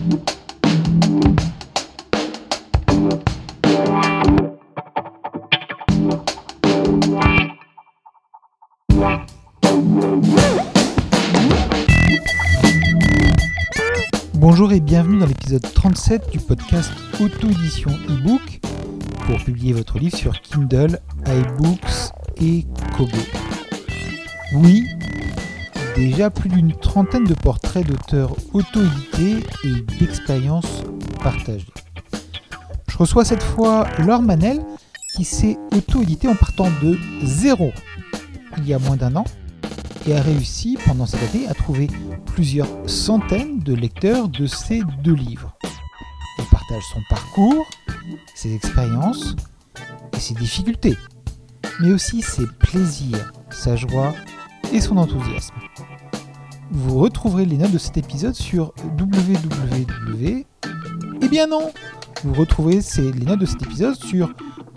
Bonjour et bienvenue dans l'épisode 37 du podcast Auto-édition e-book pour publier votre livre sur Kindle, iBooks et Kobo. Oui, déjà plus d'une trentaine de portraits d'auteurs auto-édités et d'expériences partagées. Je reçois cette fois Laure Manel qui s'est auto-édité en partant de zéro il y a moins d'un an et a réussi pendant cette année à trouver plusieurs centaines de lecteurs de ses 2 livres. Elle partage son parcours, ses expériences et ses difficultés, mais aussi ses plaisirs, sa joie et son enthousiasme. Vous retrouverez les notes de cet épisode sur www. Eh bien non, vous retrouverez les notes de cet épisode sur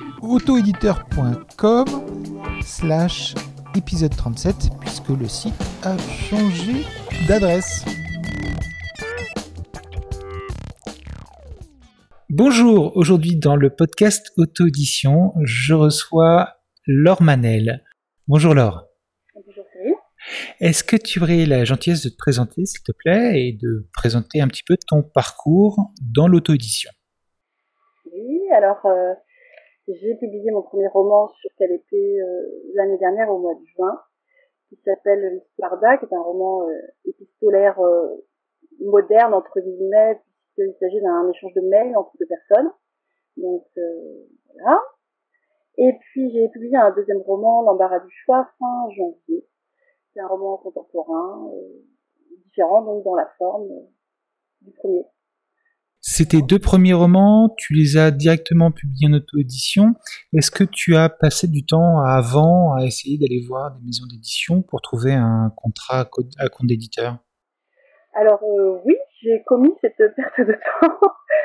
autoéditeur.com/épisode 37 puisque le site a changé d'adresse. Bonjour, aujourd'hui dans le podcast Auto-édition, je reçois Laure Manel. Bonjour Laure. Bonjour Cyril. Est-ce que tu aurais la gentillesse de te présenter s'il te plaît et de présenter un petit peu ton parcours dans l'auto-édition? Oui, alors j'ai publié mon premier roman sur Canopée l'année dernière au mois de juin, qui s'appelle L'Histoire d'A, qui est un roman épistolaire moderne, entre guillemets, puisqu'il s'agit d'un échange de mails entre 2 personnes. Donc voilà. Et puis j'ai publié un deuxième roman, L'Embarras du choix, fin janvier. C'est un roman contemporain, différent donc dans la forme du premier. C'est tes 2 premiers romans, tu les as directement publiés en auto-édition. Est-ce que tu as passé du temps avant à essayer d'aller voir des maisons d'édition pour trouver un contrat à compte d'éditeur? Alors oui, j'ai commis cette perte de temps.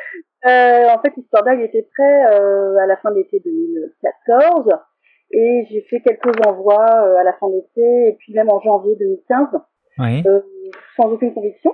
En fait, L'Histoire d'A était prêt à la fin de l'été 2014 et j'ai fait quelques envois à la fin de l'été et puis même en janvier 2015, Oui. sans aucune conviction.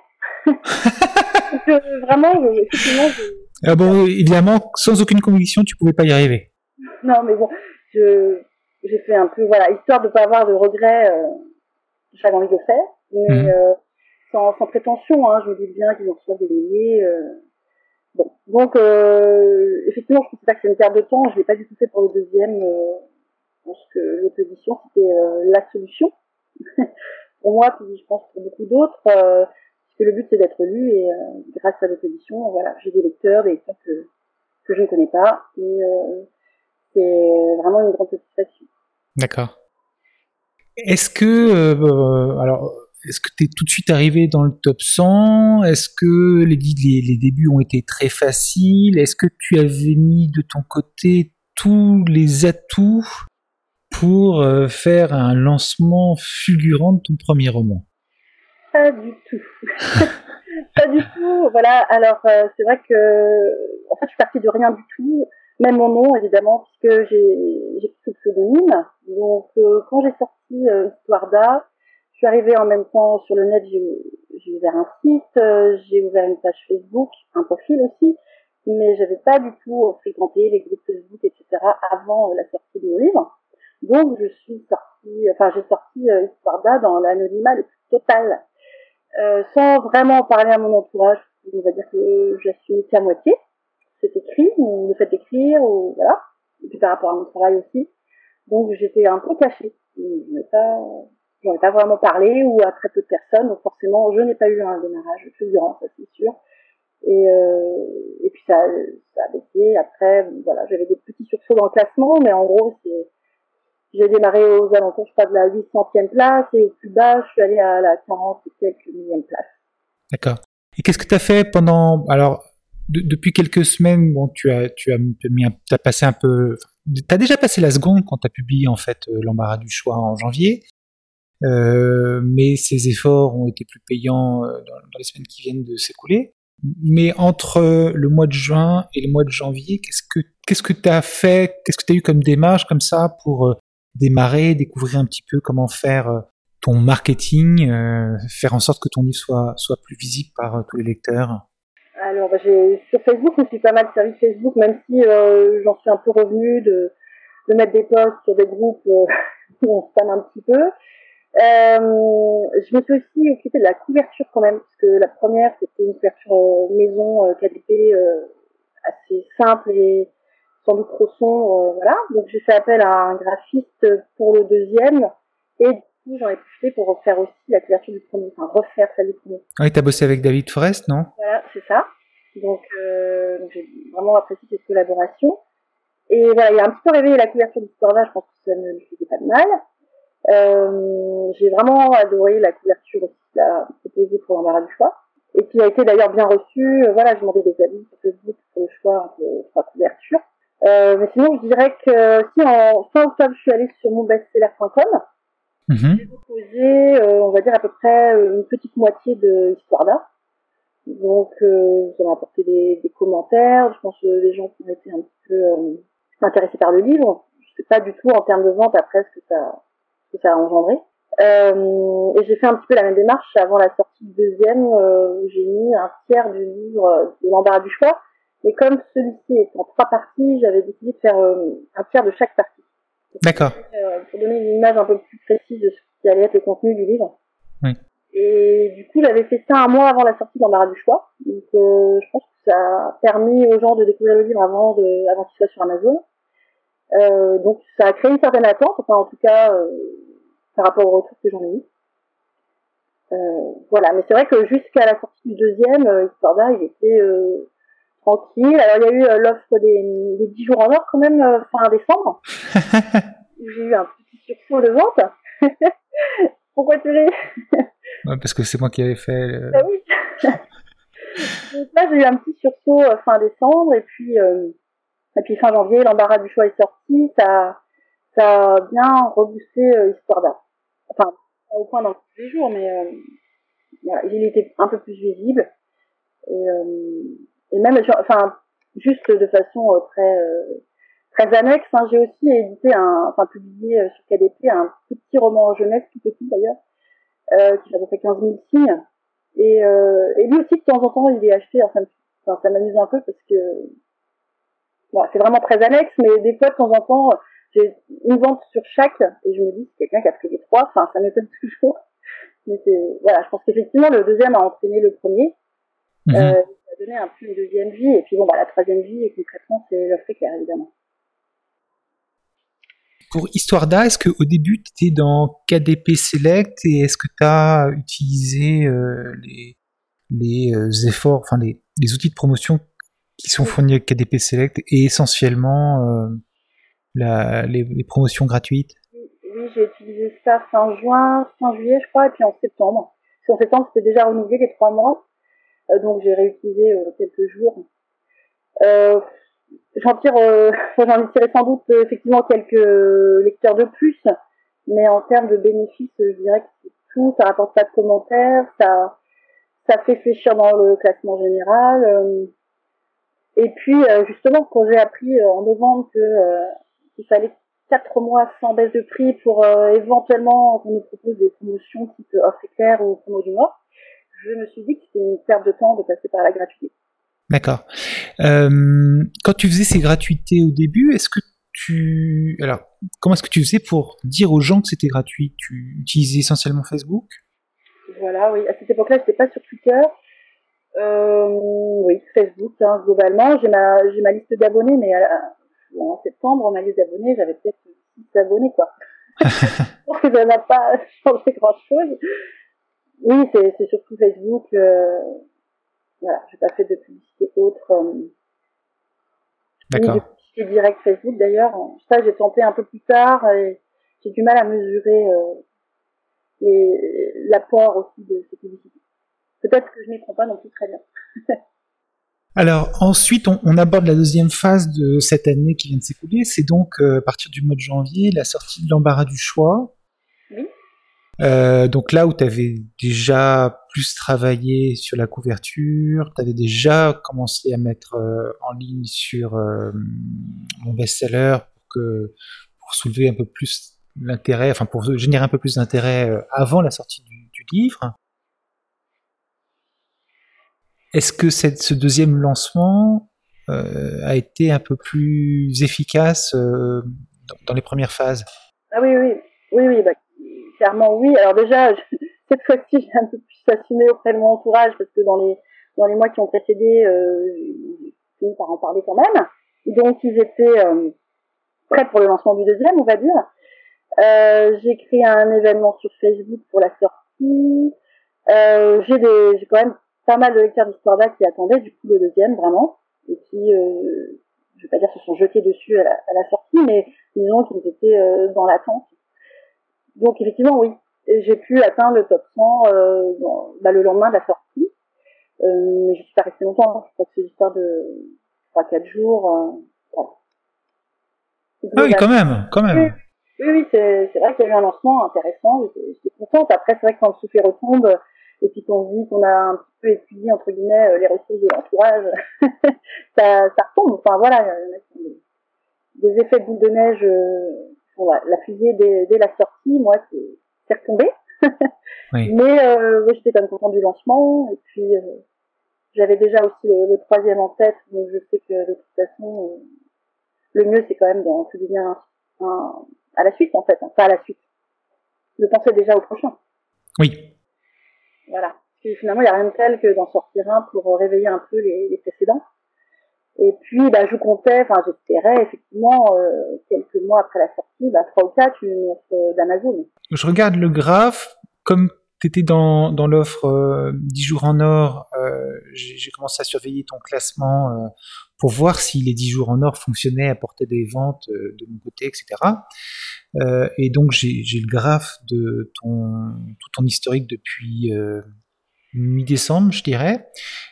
Donc, vraiment, effectivement, Ah bon, évidemment, sans aucune conviction, tu pouvais pas y arriver. non, mais bon, j'ai fait un peu, voilà, histoire de pas avoir de regrets, j'avais envie de le faire, mais sans prétention, hein, je me dis bien qu'ils en reçoivent des milliers. Bon, donc effectivement, je ne pensais pas que c'est une perte de temps. Je l'ai pas du tout fait pour le deuxième. Je pense que l'auto-édition c'était la solution pour moi, puis je pense pour beaucoup d'autres. Parce que le but c'est d'être lu et grâce à l'auto-édition, voilà, j'ai des lecteurs que je ne connais pas et c'est vraiment une grande satisfaction. D'accord. Est-ce que t'es tout de suite arrivé dans le top 100? Est-ce que les débuts ont été très faciles? Est-ce que tu avais mis de ton côté tous les atouts pour faire un lancement fulgurant de ton premier roman? Pas du tout. Pas du tout. Voilà. Alors, c'est vrai que, en fait, je suis partie de rien du tout. Même mon nom, évidemment, puisque j'ai pris le pseudonyme. Donc, quand j'ai sorti Histoire d'A, je suis arrivée en même temps sur le net. J'ai ouvert un site, j'ai ouvert une page Facebook, un profil aussi, mais j'avais pas du tout fréquenté les groupes Facebook, etc. avant la sortie de mon livre. Donc, j'ai sorti Histoire d'A dans l'anonymat le plus total. Sans vraiment en parler à mon entourage, on va dire que j'assumais qu'à moitié cet écrit, ou le fait d'écrire, ou voilà, et puis par rapport à mon travail aussi. Donc j'étais un peu cachée. J'en ai pas vraiment parlé, ou à très peu de personnes, donc forcément je n'ai pas eu un démarrage fulgurant, ça c'est sûr. Et puis ça a baissé. Après, voilà, j'avais des petits sursauts dans le classement, mais en gros j'ai démarré aux alentours, je crois, de la 800e place, et au plus bas, je suis allée à la 40 et quelques millième place. D'accord. Et qu'est-ce que tu as fait pendant... Alors, depuis quelques semaines, bon, t'as passé un peu... T'as déjà passé la seconde quand t'as publié, en fait, L'Embarras du choix en janvier. Mais ces efforts ont été plus payants dans les semaines qui viennent de s'écouler. Mais entre le mois de juin et le mois de janvier, qu'est-ce que tu as fait? Qu'est-ce que tu as eu comme démarche comme ça pour démarrer, découvrir un petit peu comment faire ton marketing, faire en sorte que ton livre soit plus visible par tous les lecteurs? Alors, sur Facebook, je me suis pas mal servi de Facebook, même si j'en suis un peu revenue de mettre des posts sur des groupes où on spamme un petit peu. Je me suis aussi occupée de la couverture quand même, parce que la première, c'était une couverture maison KDP assez simple et sans doute trop sombre, voilà. Donc j'ai fait appel à un graphiste pour le deuxième, et du coup j'en ai profité pour refaire aussi la couverture du premier, enfin refaire celle du premier. Oui, t'as bossé avec David Forest, non? Voilà, c'est ça. Donc j'ai vraiment apprécié cette collaboration. Et voilà, il a un petit peu réveillé la couverture du Sporda, je pense que ça ne lui faisait pas de mal. J'ai vraiment adoré la couverture aussi, la proposée pour l'embarras du choix. Et qui a été d'ailleurs bien reçue. Voilà, j'ai demandé des avis sur Facebook pour le choix entre les trois couvertures. Mais sinon, je dirais que si en fin octobre, je suis allée sur monbestseller.com, j'ai proposé, on va dire à peu près une petite moitié de Histoire d'art. Donc, ça m'a apporté des commentaires. Je pense que les gens qui ont été un petit peu intéressés par le livre. Je sais pas du tout en termes de vente après ce que ça a engendré. Et j'ai fait un petit peu la même démarche avant la sortie du deuxième, où j'ai mis un tiers du livre de l'embarras du choix. Mais comme celui-ci est en 3 parties, j'avais décidé de faire un tiers de chaque partie. D'accord. Pour donner une image un peu plus précise de ce qui allait être le contenu du livre. Oui. Et du coup, j'avais fait ça un mois avant la sortie d'Embarras du choix. Donc, je pense que ça a permis aux gens de découvrir le livre avant qu'il soit sur Amazon. Donc, ça a créé une certaine attente, enfin, en tout cas, par rapport au retour que j'en ai eu. Voilà, mais c'est vrai que jusqu'à la sortie du deuxième, Histoire d'art, il était tranquille. Alors, il y a eu l'offre des 10 jours en or quand même, fin décembre. Où j'ai eu un petit sursaut de vente. Pourquoi tu ris? Ouais, parce que c'est moi qui avais fait. Ah oui. Donc là, j'ai eu un petit sursaut fin décembre, et puis fin janvier, l'embarras du choix est sorti. Ça a bien reboosté Histoire d'art. Enfin, pas au point dans tous les jours, mais voilà, il était un peu plus visible. Et même, juste de façon très annexe, hein, j'ai aussi édité publié sur KDP un petit roman en jeunesse, tout petit d'ailleurs, qui fait à peu près 15 000 signes. Et lui aussi, de temps en temps, il est acheté. Ça m'amuse un peu parce que c'est vraiment très annexe, mais des fois, de temps en temps, j'ai une vente sur chaque, et je me dis, c'est quelqu'un qui a pris les 3, ça m'étonne toujours. Mais je pense qu'effectivement, le deuxième a entraîné le premier. Ça a donné un peu une deuxième vie, et puis la troisième vie, concrètement, c'est l'offre éclair, évidemment. Pour Histoire d'art, est-ce qu'au début, tu étais dans KDP Select, et est-ce que tu as utilisé les efforts, enfin les outils de promotion qui sont fournis avec KDP Select, et essentiellement les promotions gratuites? Oui, j'ai utilisé ça fin juin, fin juillet, je crois, et puis en septembre. En septembre, c'était déjà renouvelé les 3 mois, donc j'ai réutilisé quelques jours. J'en ai tiré sans doute effectivement quelques lecteurs de plus, mais en termes de bénéfices, je dirais que c'est tout. Ça rapporte pas de commentaires, ça fait fléchir dans le classement général. Et puis justement, quand j'ai appris en novembre qu'il fallait 4 mois sans baisse de prix pour éventuellement qu'on nous propose des promotions type offre éclair ou promo du mois, je me suis dit que c'était une perte de temps de passer par la gratuité. D'accord. Quand tu faisais ces gratuités au début, comment est-ce que tu faisais pour dire aux gens que c'était gratuit? Tu utilisais essentiellement Facebook? Voilà, oui. À cette époque-là, j'étais pas sur Twitter. Oui, Facebook, globalement. J'ai ma liste d'abonnés, mais en septembre, ma liste d'abonnés, j'avais peut-être 6 abonnés, quoi. Je pense que ça n'a pas changé grand-chose. Oui, c'est surtout Facebook. Voilà, j'ai pas fait de publicité autre. D'accord. Ni de publicité directe Facebook, d'ailleurs. Ça, j'ai tenté un peu plus tard, et j'ai du mal à mesurer l'apport aussi de ces publicités. Peut-être que je n'y prends pas non plus très bien. Alors ensuite, on aborde la deuxième phase de cette année qui vient de s'écouler. C'est donc à partir du mois de janvier, la sortie de l'embarras du choix. Oui. Donc là où tu avais déjà plus travaillé sur la couverture, tu avais déjà commencé à mettre en ligne sur mon best-seller pour soulever un peu plus l'intérêt, enfin pour générer un peu plus d'intérêt avant la sortie du livre. est-ce que ce deuxième lancement a été un peu plus efficace dans les premières phases? Ah oui, bah, clairement oui. Alors déjà, cette fois-ci, j'ai un peu plus assumé auprès de mon entourage parce que dans les mois qui ont précédé, j'ai fini par en parler quand même. Donc ils étaient prêts pour le lancement du deuxième, on va dire. J'ai créé un événement sur Facebook pour la sortie. J'ai quand même pas mal de lecteurs d'Histoire d'A qui attendaient du coup le deuxième vraiment, et qui je vais pas dire se sont jetés dessus à la sortie, mais disons qu'ils étaient dans l'attente. Donc effectivement oui, j'ai pu atteindre le top 100 le lendemain de la sortie, mais je suis pas restée longtemps. Je crois que c'est l'histoire de 3-4 jours. Voilà. Ah oui, quand même. Oui, c'est vrai qu'il y a eu un lancement intéressant. J'étais contente. Après, c'est vrai que quand le souffle retombe et puis qu'on se dit qu'on a un petit peu épuisé entre guillemets les ressources de l'entourage, ça retombe. Enfin voilà, des effets de boule de neige. La fusée dès la sortie, moi, c'est retombé. Oui. Mais j'étais quand même contente du lancement. Et puis j'avais déjà aussi le troisième en tête, donc je sais que de toute façon, le mieux c'est quand même d'en publier à la suite en fait, pas à la suite. De penser déjà au prochain. Oui. Voilà. Puis, finalement, il n'y a rien de tel que d'en sortir un pour réveiller un peu les précédents. Et puis, j'espérais effectivement, quelques mois après la sortie, 3 ou 4, une offre d'Amazon. Je regarde le graphe, comme tu étais dans l'offre 10 jours en or, j'ai commencé à surveiller ton classement pour voir si les 10 jours en or fonctionnaient, apportaient des ventes de mon côté, etc. Et donc j'ai le graphe de tout ton historique depuis mi-décembre, je dirais.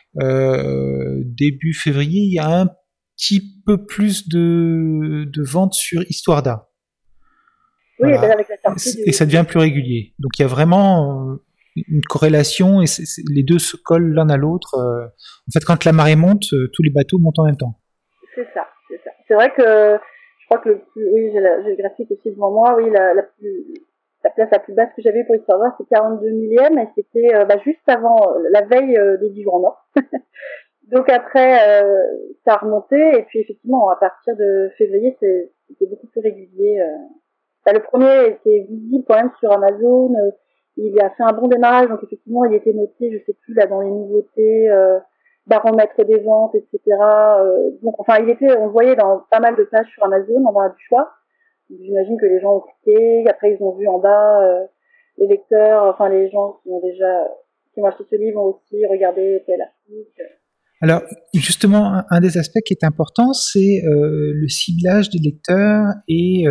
Début février, il y a un petit peu plus de ventes sur Histoire d'A. Oui, Voilà. avec la sortie Et ça devient plus régulier. Donc il y a vraiment une corrélation et les deux se collent l'un à l'autre. En fait, quand la marée monte, tous les bateaux montent en même temps. C'est ça. C'est vrai que je crois que j'ai le graphique aussi devant moi. Oui, la place la plus basse que j'avais pour Histoire d'A, c'est 42 millième, et c'était juste avant la veille des 10 jours en or. Donc après, ça a remonté, et puis effectivement, à partir de février, c'était beaucoup plus régulier. Le premier était visible quand même sur Amazon. Il a fait un bon démarrage, donc effectivement, il était noté, je sais plus, là, dans les nouveautés, baromètre des ventes, etc. Donc, enfin, on le voyait dans pas mal de pages sur Amazon, en bas du choix. J'imagine que les gens ont cliqué, après ils ont vu en bas, les lecteurs, enfin les gens qui ont acheté ce livre ont aussi regardé tel article. Alors, justement, un des aspects qui est important, c'est le ciblage des lecteurs et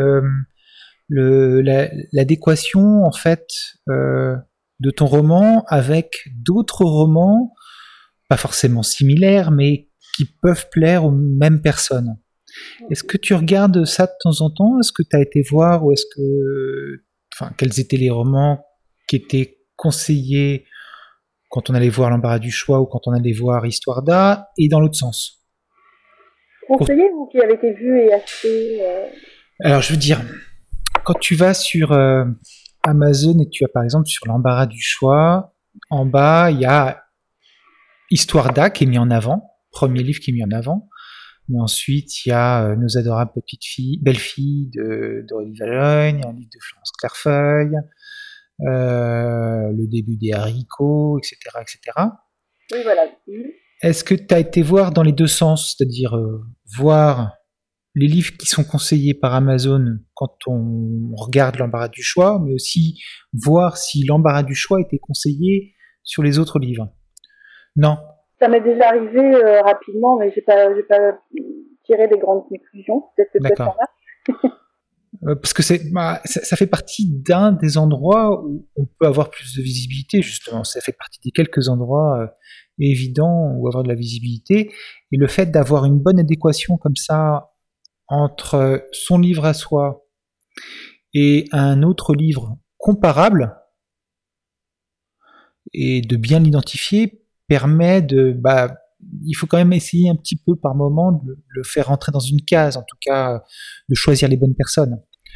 l'adéquation, en fait, de ton roman avec d'autres romans, pas forcément similaires, mais qui peuvent plaire aux mêmes personnes. Est-ce que tu regardes ça de temps en temps? Est-ce que tu as été voir, ou quels étaient les romans qui étaient conseillés quand on allait voir l'embarras du choix ou quand on allait voir Histoire d'A, et dans l'autre sens? Conseillé, vous qui avez été vu et acheté Alors, je veux dire, quand tu vas sur Amazon et que tu vas par exemple sur l'embarras du choix, en bas, il y a Histoire d'A qui est mis en avant, premier livre qui est mis en avant. Mais ensuite, il y a Nos adorables belles filles d'Aurélie Valognes, un livre de Florence Clairefeuille, Le début des haricots, etc., etc. Oui, voilà. Est-ce que tu as été voir dans les deux sens, c'est-à-dire voir les livres qui sont conseillés par Amazon quand on regarde l'embarras du choix, mais aussi voir si l'embarras du choix était conseillé sur les autres livres? Non. Ça m'est déjà arrivé rapidement, mais j'ai pas tiré des grandes conclusions. Peut-être que D'accord. Ça parce que ça fait partie d'un des endroits où on peut avoir plus de visibilité, justement. Ça fait partie des quelques endroits évidents où avoir de la visibilité. Et le fait d'avoir une bonne adéquation comme ça entre son livre à soi et un autre livre comparable, et de bien l'identifier, permet il faut quand même essayer un petit peu par moment de le faire rentrer dans une case, en tout cas de choisir les bonnes personnes.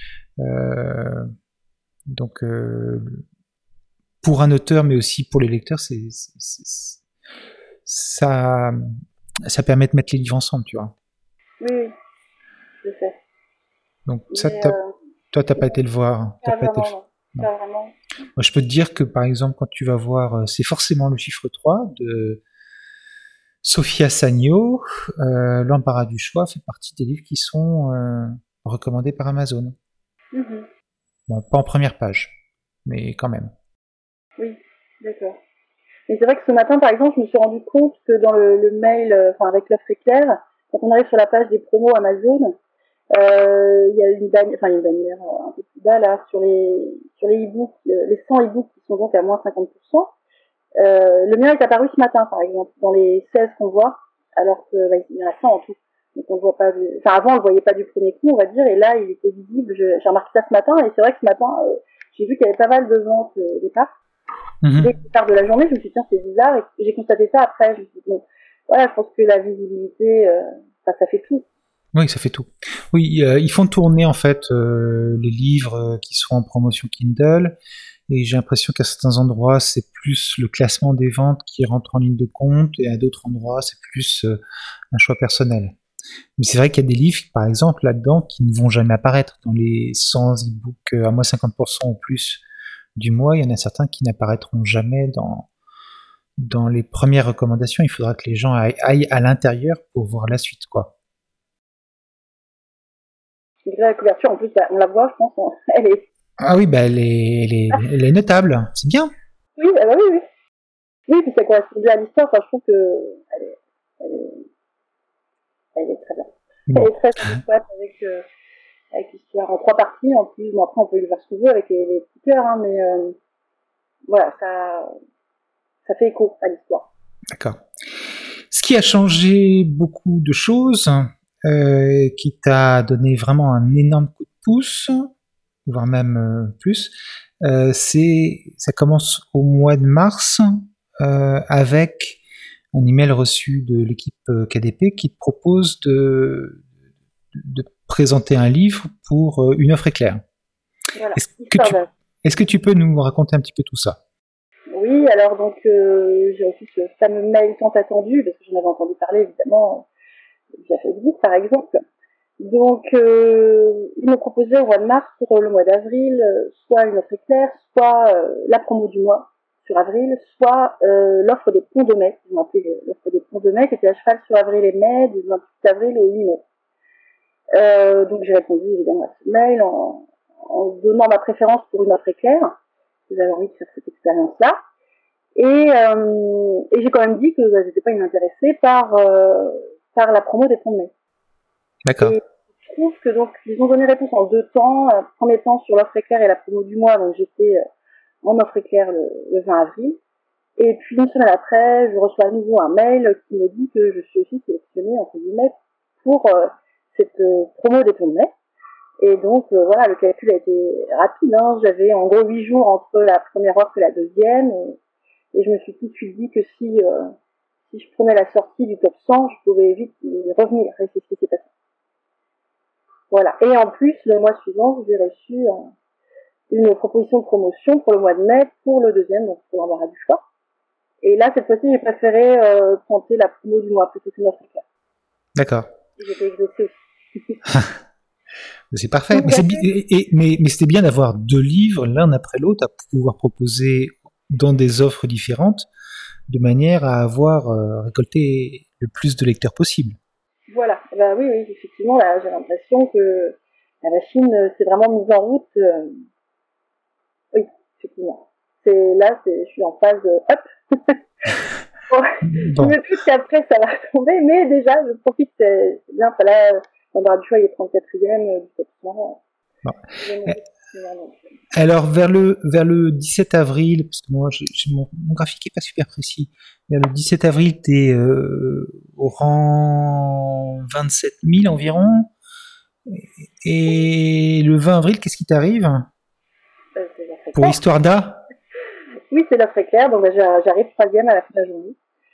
Donc pour un auteur, mais aussi pour les lecteurs, ça permet de mettre les livres ensemble, tu vois. Oui, je sais. Donc ça, Mais, toi, t'as pas été le voir. pas T'as pas été vraiment, non. Pas vraiment. Moi, je peux te dire que, par exemple, quand tu vas voir, c'est forcément le chiffre 3 de Sofia Sagno, L'embarras du choix fait partie des livres qui sont recommandés par Amazon. Mhm. Bon, pas en première page, mais quand même. Oui, d'accord. Mais c'est vrai que ce matin, par exemple, je me suis rendu compte que dans le mail, avec l'offre éclair, quand on arrive sur la page des promos Amazon, il y a une bannière un peu plus bas là sur les e-books, les 100 e-books qui sont donc à moins 50%. Le mien est apparu ce matin, par exemple, dans les 16 qu'on voit, alors que il y en a 100 en tout. Donc on le voit pas avant on le voyait pas du premier coup, on va dire, et là il était visible. J'ai remarqué ça ce matin, et c'est vrai que ce matin, j'ai vu qu'il y avait pas mal de ventes au départ. Dès que je pars de la journée, je me suis dit tiens c'est bizarre, et j'ai constaté ça après. Je me suis dit bon, voilà, je pense que la visibilité, ça fait tout. Oui, ça fait tout. Oui, ils font tourner en fait les livres qui sont en promotion Kindle, et j'ai l'impression qu'à certains endroits c'est plus le classement des ventes qui rentre en ligne de compte, et à d'autres endroits c'est plus un choix personnel. Mais c'est vrai qu'il y a des livres, par exemple, là-dedans, qui ne vont jamais apparaître dans les 100 e-books à moins 50% ou plus du mois. Il y en a certains qui n'apparaîtront jamais dans les premières recommandations. Il faudra que les gens aillent à l'intérieur pour voir la suite, quoi. La couverture, en plus, on la voit, je pense, elle est... Ah oui, bah elle est notable. C'est bien. Oui, bah oui, oui. Oui, puis ça correspond bien à l'histoire. Enfin, je trouve que elle est, elle est très bien. Bon. Elle est très adéquate avec l'histoire en 3 parties. En plus, bon, après, on peut y faire ce qu'on veut avec les petits cœurs, hein, mais voilà, ça fait écho à l'histoire. D'accord. Ce qui a changé beaucoup de choses, qui t'a donné vraiment un énorme coup de pouce, voire même plus, ça commence au mois de mars avec un email reçu de l'équipe KDP qui te propose de présenter un livre pour une offre éclair. Voilà. Est-ce que tu peux nous raconter un petit peu tout ça? Oui, alors donc j'ai reçu ce fameux mail tant attendu, parce que j'en avais entendu parler évidemment via Facebook par exemple. Donc ils m'ont proposé au mois de mars pour le mois d'avril, soit une offre éclair, soit la promo du mois sur avril, soit l'offre des ponts de mai, ils m'ont appelé l'offre des ponts de mai, qui était à cheval sur avril et mai, du 28 avril au 8 mai. Donc j'ai répondu évidemment à ce mail en donnant ma préférence pour une offre éclair, j'avais envie de faire cette expérience-là. Et j'ai quand même dit que j'étais pas inintéressée par la promo des ponts de mai. D'accord. Et je trouve que donc ils ont donné réponse en 2 temps. Premier temps sur l'offre éclair et la promo du mois, donc j'étais en offre éclair le 20 avril. Et puis une semaine après, je reçois à nouveau un mail qui me dit que je suis aussi sélectionnée entre guillemets pour cette promo des ponts de mai. Et donc voilà, le calcul a été rapide, hein. J'avais en gros 8 jours entre la première offre et la deuxième, et je me suis tout de suite dit que si je prenais la sortie du top 100, je pouvais vite y revenir, et c'est ce qui s'est passé. Voilà. Et en plus, le mois suivant, j'ai reçu une proposition de promotion pour le mois de mai, pour le deuxième, donc pour l'embarras du choix. Et là, cette fois-ci, j'ai préféré tenter la promo du mois plutôt qu'une offre éclair. D'accord. J'étais exaucée aussi. C'est parfait. Mais c'était bien d'avoir 2 livres l'un après l'autre à pouvoir proposer dans des offres différentes, de manière à avoir récolté le plus de lecteurs possible. Voilà. Bah oui, effectivement, là, j'ai l'impression que la machine s'est vraiment mise en route. Oui, effectivement. Je suis en phase hop. Bon. Je me doute qu'après ça va tomber, mais déjà, je profite, c'est bien, là, l'embarras du choix, il est 34e du top 100. Bon. Alors, vers le 17 avril, parce que moi, mon graphique est pas super précis, vers le 17 avril, t'es au rang 27 000 environ, et le 20 avril, qu'est-ce qui t'arrive pour Histoire d'A? Oui, c'est l'offre éclair, donc j'arrive 3e à la fin de la journée.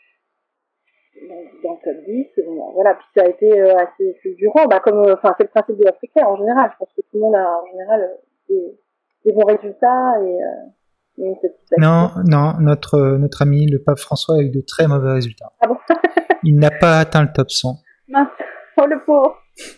Dans le top 10, bon, voilà, puis ça a été assez fulgurant, c'est le principe de l'offre éclair en général. Je pense que tout le monde a en général des bons résultats, Une Non, satisfaction. non, notre ami, le pape François, a eu de très mauvais résultats. Ah bon? Il n'a pas atteint le top 100. Mince. Oh, le pauvre.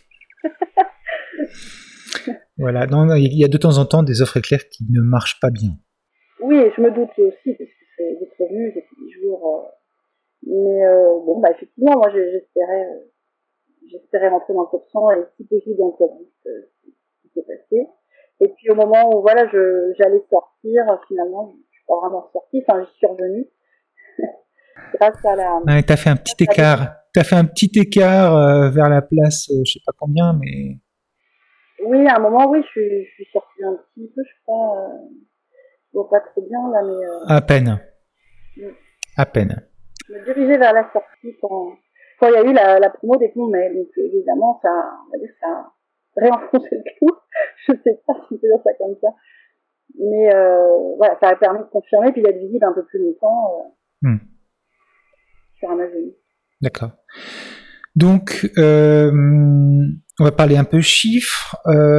Voilà, non, il y a de temps en temps des offres éclairs qui ne marchent pas bien. Oui, et je me doute aussi, parce que c'est des prévenus, c'est tous les jours. Mais bon, bah effectivement, moi j'espérais rentrer dans le top 100 et si possible dans le top 10, ce qui s'est passé. Et puis au moment où voilà, j'allais sortir, finalement, je suis pas vraiment sortie, enfin j'y suis revenue grâce à la... Ouais, t'as fait un petit écart. T'as fait un petit écart vers la place, je sais pas combien, mais Oui, à un moment, oui, je suis sortie un petit peu, je crois. Je vois pas trop bien là, mais à peine, je à peine. me dirigeais vers la sortie quand il y a eu la promo des plombs, mais donc évidemment, ça, on va dire, ça a réenfoncé le clou. Je sais pas si on peut dire ça comme ça. Mais voilà, ça a permis de confirmer puis d'être visible un peu plus longtemps sur Amazon. D'accord. Donc, on va parler un peu chiffres.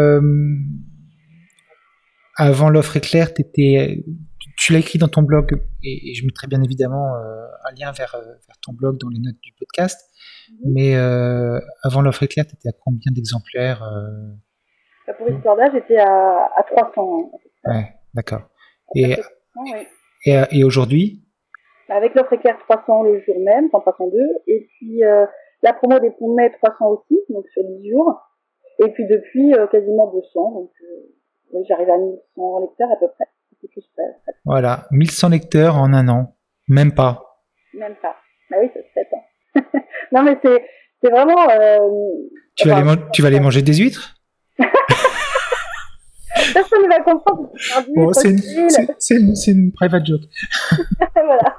Avant l'offre éclair, tu l'as écrit dans ton blog, et je mettrai bien évidemment un lien vers ton blog dans les notes du podcast. Mais avant l'offre éclair, tu étais à combien d'exemplaires Pour Histoire d'âge, j'étais à 300. Hein, Ouais, d'accord. à Et, 300, oui. et aujourd'hui Avec l'offre éclair 300 le jour même, enfin 302, et puis la promo des ponts de mai 300 aussi, donc sur 10 jours, et puis depuis quasiment 200, donc oui, j'arrive à 1100 lecteurs à peu près. Voilà, 1100 lecteurs en un an, même pas. Même pas. Bah oui, ça se fait. Hein. Non mais c'est vraiment... Tu vas aller manger des huîtres? Personne ne va comprendre. Bon, c'est une private joke. Voilà.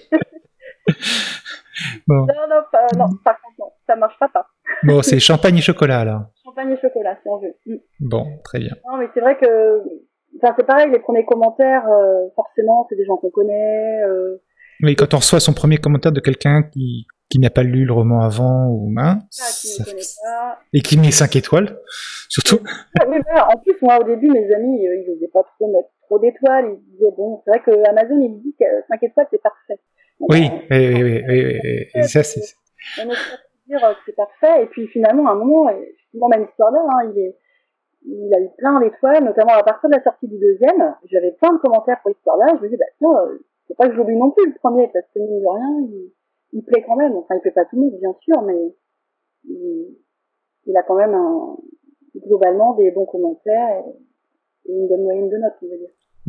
Bon. Non, par contre, non, ça marchera pas. Bon, c'est champagne et chocolat alors. Champagne et chocolat, si on veut. Bon, très bien. Non, mais c'est vrai que, enfin, c'est pareil, les premiers commentaires, forcément, c'est des gens qu'on connaît. Mais quand on reçoit son premier commentaire de quelqu'un qui n'a pas lu le roman avant, ou qui ne connaît pas. et qui met 5 étoiles, surtout. Oui, voilà. En plus, moi, au début, mes amis, ils n'osaient pas trop mettre trop d'étoiles. Ils disaient, bon, c'est vrai que Amazon, il dit que 5 étoiles, c'est parfait. Donc, oui, oui. Ça, c'est... On ose pas dire que c'est parfait. Et puis, finalement, à un moment, effectivement, même histoire là, hein, il a eu plein d'étoiles, notamment à partir de la sortie du deuxième. J'avais plein de commentaires pour Histoire là. Je me dis, bah tiens, faut pas que je l'oublie non plus le premier, parce que mine de rien, il plaît quand même. Enfin, il plaît pas tout le monde, bien sûr, mais il a quand même globalement des bons commentaires et une bonne moyenne de notes, on va dire.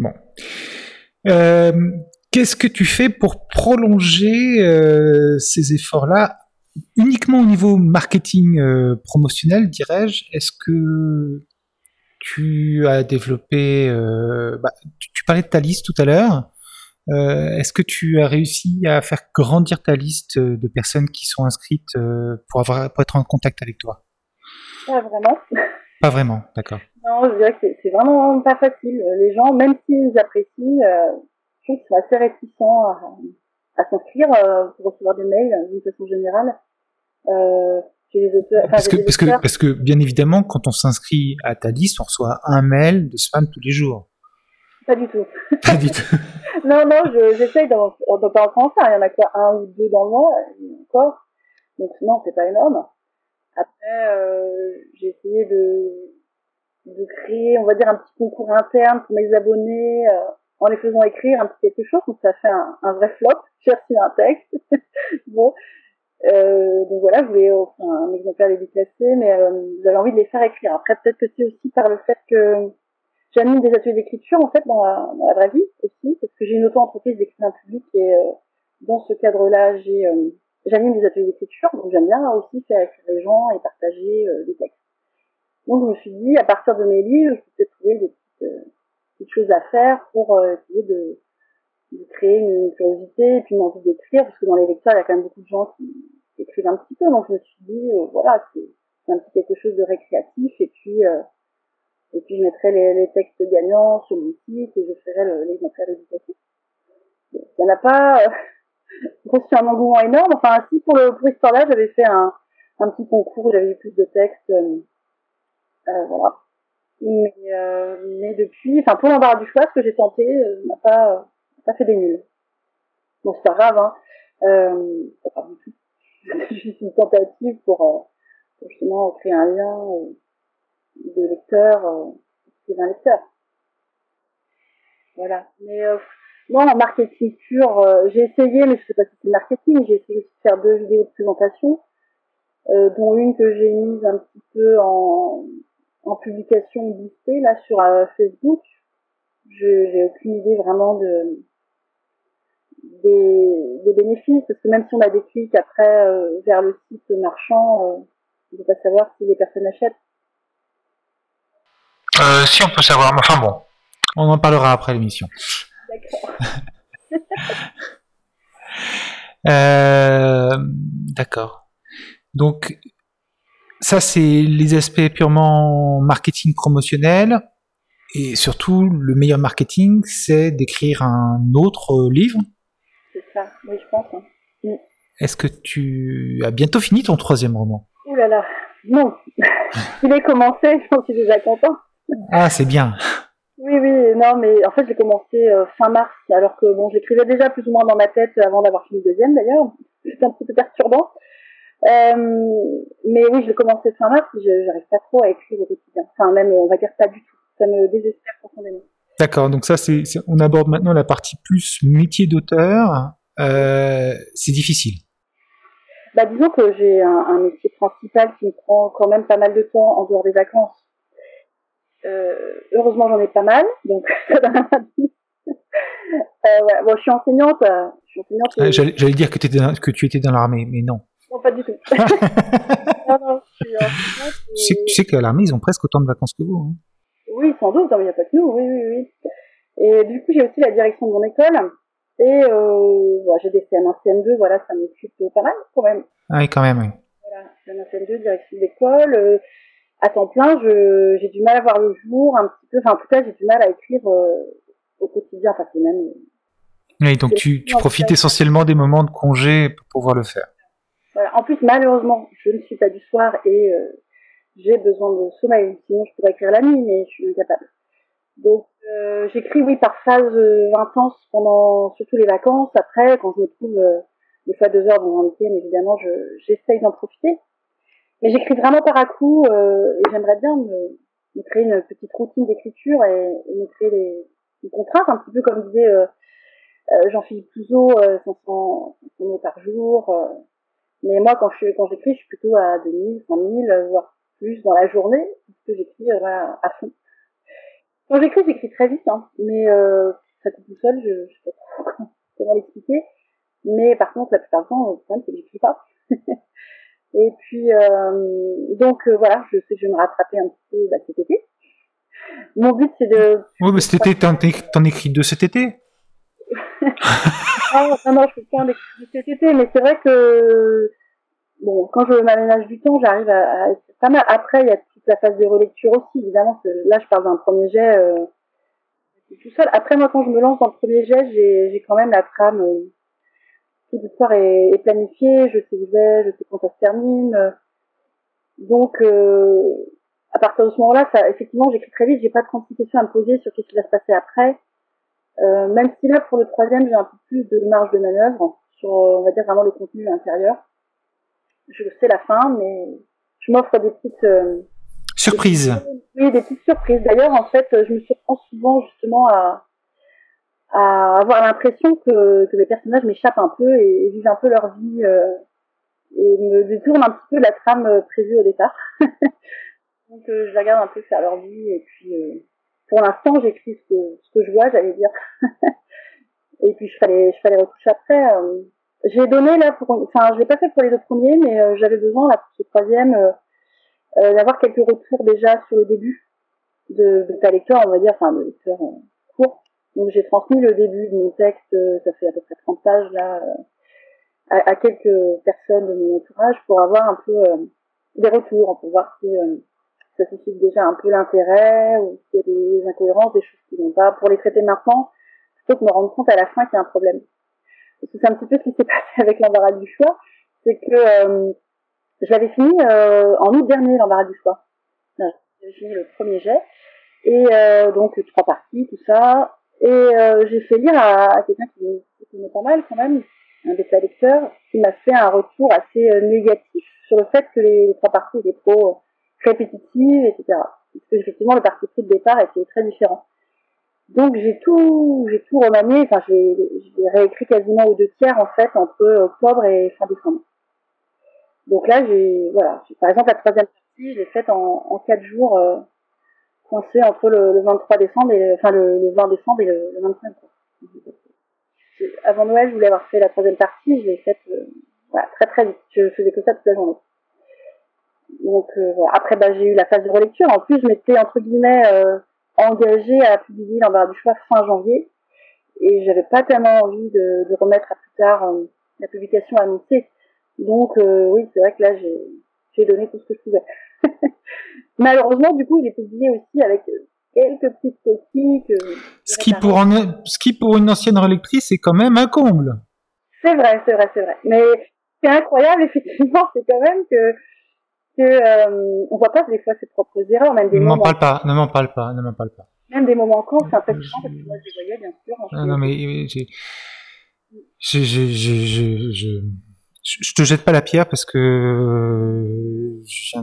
Bon. Qu'est-ce que tu fais pour prolonger ces efforts-là uniquement au niveau marketing promotionnel, dirais-je? Est-ce que tu as développé... tu parlais de ta liste tout à l'heure. Est-ce que tu as réussi à faire grandir ta liste de personnes qui sont inscrites pour être en contact avec toi? Pas vraiment. Pas vraiment, d'accord. Non, je dirais que c'est vraiment pas facile. Les gens, même s'ils apprécient, je trouve qu'ils sont assez réticents à s'inscrire pour recevoir des mails d'une façon générale. Chez les auteurs, parce que bien évidemment, quand on s'inscrit à ta liste, on reçoit un mail de spam tous les jours. Pas du tout. Pas du tout. Non, j'essaye d'en pas en faire. Il y en a quoi, un ou deux dans le mois, encore. Donc non, c'est pas énorme. Après, j'ai essayé de créer, on va dire, un petit concours interne pour mes abonnés en les faisant écrire un petit quelque chose. Donc ça fait un vrai flop. J'ai reçu un texte. Bon. Donc voilà, je voulais offrir un exemplaire dédicacé, mais j'avais envie de les faire écrire. Après, peut-être que c'est aussi par le fait que j'anime des ateliers d'écriture, en fait, dans la vraie vie aussi, parce que j'ai une auto-entreprise d'écrivain public et dans ce cadre-là, j'anime des ateliers d'écriture, donc j'aime bien aussi faire écrire les gens et partager des textes. Donc je me suis dit, à partir de mes livres, je peux peut-être trouver des petites choses à faire pour essayer de créer une curiosité et puis une envie d'écrire, parce que dans les lecteurs, il y a quand même beaucoup de gens qui écrivent un petit peu, donc je me suis dit, voilà, c'est un petit quelque chose de récréatif, et puis je mettrai les textes gagnants sur mon site et je ferai l'exemplaire éducatif. Ça n'a pas reçu un engouement énorme. Enfin, si pour Histoire là, j'avais fait un petit concours où j'avais eu plus de textes. Voilà. Mais depuis, enfin pour l'embarras du choix, ce que j'ai tenté n'a pas fait des nuls. Bon, c'est pas grave, hein. Pas du tout. C'est juste une tentative pour justement créer un lien de lecteur et d'un lecteur. Voilà. Mais moi, en marketing pur, j'ai essayé, mais je sais pas si c'est marketing, j'ai essayé aussi de faire 2 vidéos de présentation, dont une que j'ai mise un petit peu en publication glissée là sur Facebook. J'ai aucune idée vraiment des bénéfices, parce que même si on a des clics après vers le site marchand, on ne peut pas savoir si les personnes achètent. Si on peut savoir, mais enfin bon, on en parlera après l'émission. D'accord. D'accord. Donc, ça, c'est les aspects purement marketing promotionnel. Et surtout, le meilleur marketing, c'est d'écrire un autre livre. C'est ça, oui, je pense. Hein. Est-ce que tu as bientôt fini ton 3e roman ? Ouh là là, non. Il est commencé, j'en suis déjà content. Ah, c'est bien. Oui, non, mais en fait, j'ai commencé fin mars, alors que bon, j'écrivais déjà plus ou moins dans ma tête avant d'avoir fini le 2e d'ailleurs. C'était un petit peu perturbant. Mais oui, je l'ai commencé fin mars, j'arrive pas trop à écrire au quotidien. Enfin, même, on va dire pas du tout. Ça me désespère profondément. D'accord, donc ça, on aborde maintenant la partie plus métier d'auteur. C'est difficile. Bah, disons que j'ai un métier principal qui me prend quand même pas mal de temps en dehors des vacances. Heureusement, j'en ai pas mal, donc ça donne un indice. Ouais. Bon, je suis enseignante. J'allais dire que tu étais dans l'armée, mais non. Non, pas du tout. non, je suis enseignante. Tu sais qu'à l'armée, ils ont presque autant de vacances que vous. Hein. Oui, sans doute, il n'y a pas que nous, oui. Et du coup, j'ai aussi la direction de mon école. Et j'ai des CM1, CM2, voilà, ça m'occupe pas mal quand même. Ah oui, quand même, oui. Voilà, CM1, CM2, direction d'école. À temps plein, j'ai du mal à voir le jour, un petit peu. Enfin, en tout cas, j'ai du mal à écrire au quotidien. Enfin, c'est même. Oui, donc tu profites essentiellement des moments de congé pour pouvoir le faire. Voilà. En plus, malheureusement, je ne suis pas du soir et j'ai besoin de sommeil. Sinon, je pourrais écrire la nuit, mais je suis incapable. Donc, j'écris, oui, par phase intense pendant surtout les vacances. Après, quand je me trouve des fois 2 heures dans un week-end, évidemment, j'essaye d'en profiter. Mais j'écris vraiment par à coup et j'aimerais bien me créer une petite routine d'écriture et me créer des contraintes, un petit peu comme disait Jean-Philippe Touzeau, 500 mots par jour. Mais moi, quand j'écris, je suis plutôt à 2000, 5000, voire plus dans la journée, parce que j'écris à fond. Quand j'écris très vite, hein, mais ça tout seul, je sais pas trop comment l'expliquer. Mais par contre, la plupart du temps, le problème, c'est que j'écris pas. Et puis, donc voilà, je sais que je vais me rattraper un petit peu cet été. Mon but, c'est de... Oui, mais cet été, t'en écris 2 cet été. non, je peux pas en écrire cet été, mais c'est vrai que bon, quand je m'aménage du temps, j'arrive à écrire pas mal. Après, il y a toute la phase de relecture aussi, évidemment. Là, je parle d'un premier jet tout seul. Après, moi, quand je me lance dans le premier jet, j'ai quand même la trame. Toute l'histoire est planifiée, je sais où je vais, je sais quand ça se termine. Donc, à partir de ce moment-là, effectivement, j'écris très vite. J'ai pas 36 questions à me poser sur qu'est-ce qui va se passer après. Même si là, pour le 3e, j'ai un peu plus de marge de manœuvre sur, on va dire, vraiment le contenu intérieur. Je sais la fin, mais je m'offre des petites surprises. Oui, des petites surprises. D'ailleurs, en fait, je me surprends souvent justement à avoir l'impression que les personnages m'échappent un peu et vivent un peu leur vie et me détournent un petit peu de la trame prévue au départ. Donc, je les regarde un peu faire leur vie et puis pour l'instant, j'écris ce que je vois, j'allais dire. Et puis, je ferai les retouches après. J'ai donné là je l'ai pas fait pour les 2 premiers, mais j'avais besoin là pour ce 3e d'avoir quelques retours déjà sur le début de ta lecteur, on va dire, enfin de lecteur court. Donc j'ai transmis le début de mon texte, ça fait à peu près 30 pages là, à quelques personnes de mon entourage pour avoir un peu des retours, pour voir si ça suscite déjà un peu l'intérêt ou s'il y a des incohérences, des choses qui vont pas, pour les traiter maintenant, plutôt que me rendre compte à la fin qu'il y a un problème. Parce que c'est un petit peu ce qui s'est passé avec l'embarras du choix, c'est que je l'avais fini en août dernier, l'embarras du choix. J'avais fini le premier jet. Et donc 3 parties, tout ça. Et j'ai fait lire à quelqu'un qui connaît pas mal quand même, un bêta-lecteur, qui m'a fait un retour assez négatif sur le fait que les 3 parties étaient trop répétitives, etc. Parce que effectivement, le parti pris de départ était très différent. Donc j'ai tout remanié, enfin j'ai réécrit quasiment aux 2/3 en fait entre octobre et fin décembre. Donc là par exemple la 3e partie, je l'ai faite en 4 jours, coincée entre le 23 décembre et le 20 décembre et le 25. Avant Noël, je voulais avoir fait la 3e partie, je l'ai faite très très vite. Je faisais que ça toute la journée. Donc après j'ai eu la phase de relecture. En plus, je m'étais entre guillemets engagée à publier l'Embarras du choix fin janvier, et j'avais pas tellement envie de remettre à plus tard la publication annoncée. Donc oui, c'est vrai que là j'ai donné tout ce que je pouvais. Malheureusement, du coup, j'ai publié aussi avec quelques petites coquilles. Ce qui pour une ancienne relectrice est quand même un comble. C'est vrai. Mais ce qui est incroyable, effectivement, c'est quand même que on voit pas des fois ses propres erreurs, même des moments. Ne m'en parle pas. Même des moments manquants, c'est impressionnant parce que moi je les voyais bien sûr. Non mais je te jette pas la pierre parce que je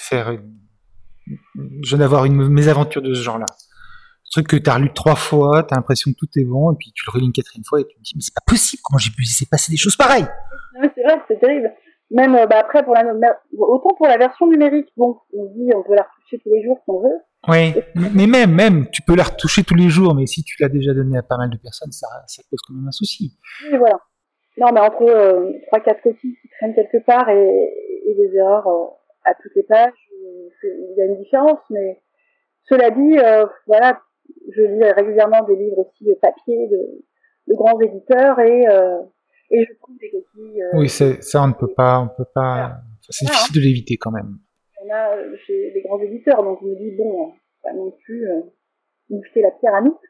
viens d'avoir une mésaventure de ce genre-là. Le truc que t'as relu 3 fois, t'as l'impression que tout est bon, et puis tu le relis une 4e fois et tu te dis mais c'est pas possible, comment j'ai pu laisser passer des choses pareilles. Non, c'est vrai, c'est terrible. Même après autant pour la version numérique, bon, on dit on peut la retoucher tous les jours si on veut. Oui, mais même, tu peux la retoucher tous les jours, mais si tu l'as déjà donné à pas mal de personnes, ça pose quand même un souci. Oui, voilà. Non, mais entre 3-4 coquilles qui traînent quelque part et des erreurs à toutes les pages, il y a une différence. Mais cela dit, voilà, je lis régulièrement des livres aussi papier de grands éditeurs et je trouve des coquilles. Oui, ça on ne peut pas. Voilà. C'est difficile de l'éviter quand même. On a chez les grands éditeurs, donc je me dis bon, pas non plus nous jeter la pierre à nous.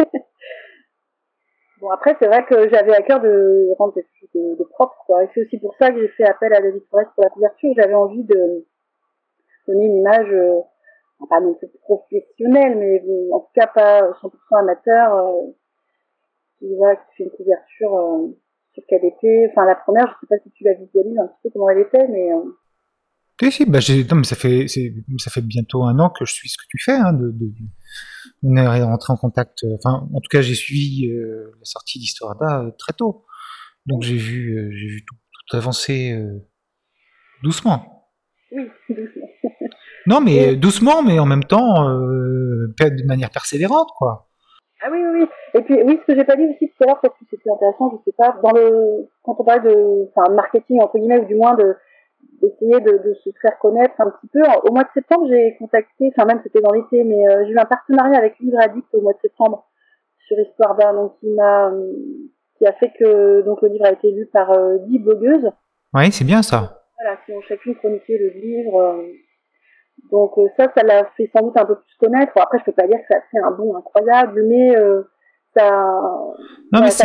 Bon, après, c'est vrai que j'avais à cœur de rendre quelque chose de propre, quoi. Et c'est aussi pour ça que j'ai fait appel à David Forest pour la couverture. J'avais envie de donner une image, pas non plus professionnelle, mais en tout cas pas 100% amateur, qui fait une couverture sur KDP. Enfin, la première, je sais pas si tu la visualises un petit peu comment elle était, mais... Si, non, mais ça fait bientôt 1 an que je suis ce que tu fais, hein, on est rentré en contact. Enfin, en tout cas, j'ai suivi la sortie d'Historada très tôt, donc j'ai vu tout avancer doucement. Oui, doucement. Non, mais doucement, mais en même temps, de manière persévérante, quoi. Ah oui. Et puis oui, ce que j'ai pas dit aussi tout à l'heure, parce que c'était intéressant, je sais pas, quand on parlait de marketing entre guillemets, ou du moins d'essayer de se faire connaître un petit peu. Au mois de septembre, j'ai contacté, même c'était dans l'été, mais j'ai eu un partenariat avec Livre Addict au mois de septembre sur Historada, donc qui a fait que donc le livre a été lu par 10 blogueuses. Oui, c'est bien ça. Voilà, qui ont chacune chroniqué le livre. Donc ça l'a fait sans doute un peu plus connaître. Après, je peux pas dire que ça a fait un bond incroyable, mais ça. Non, mais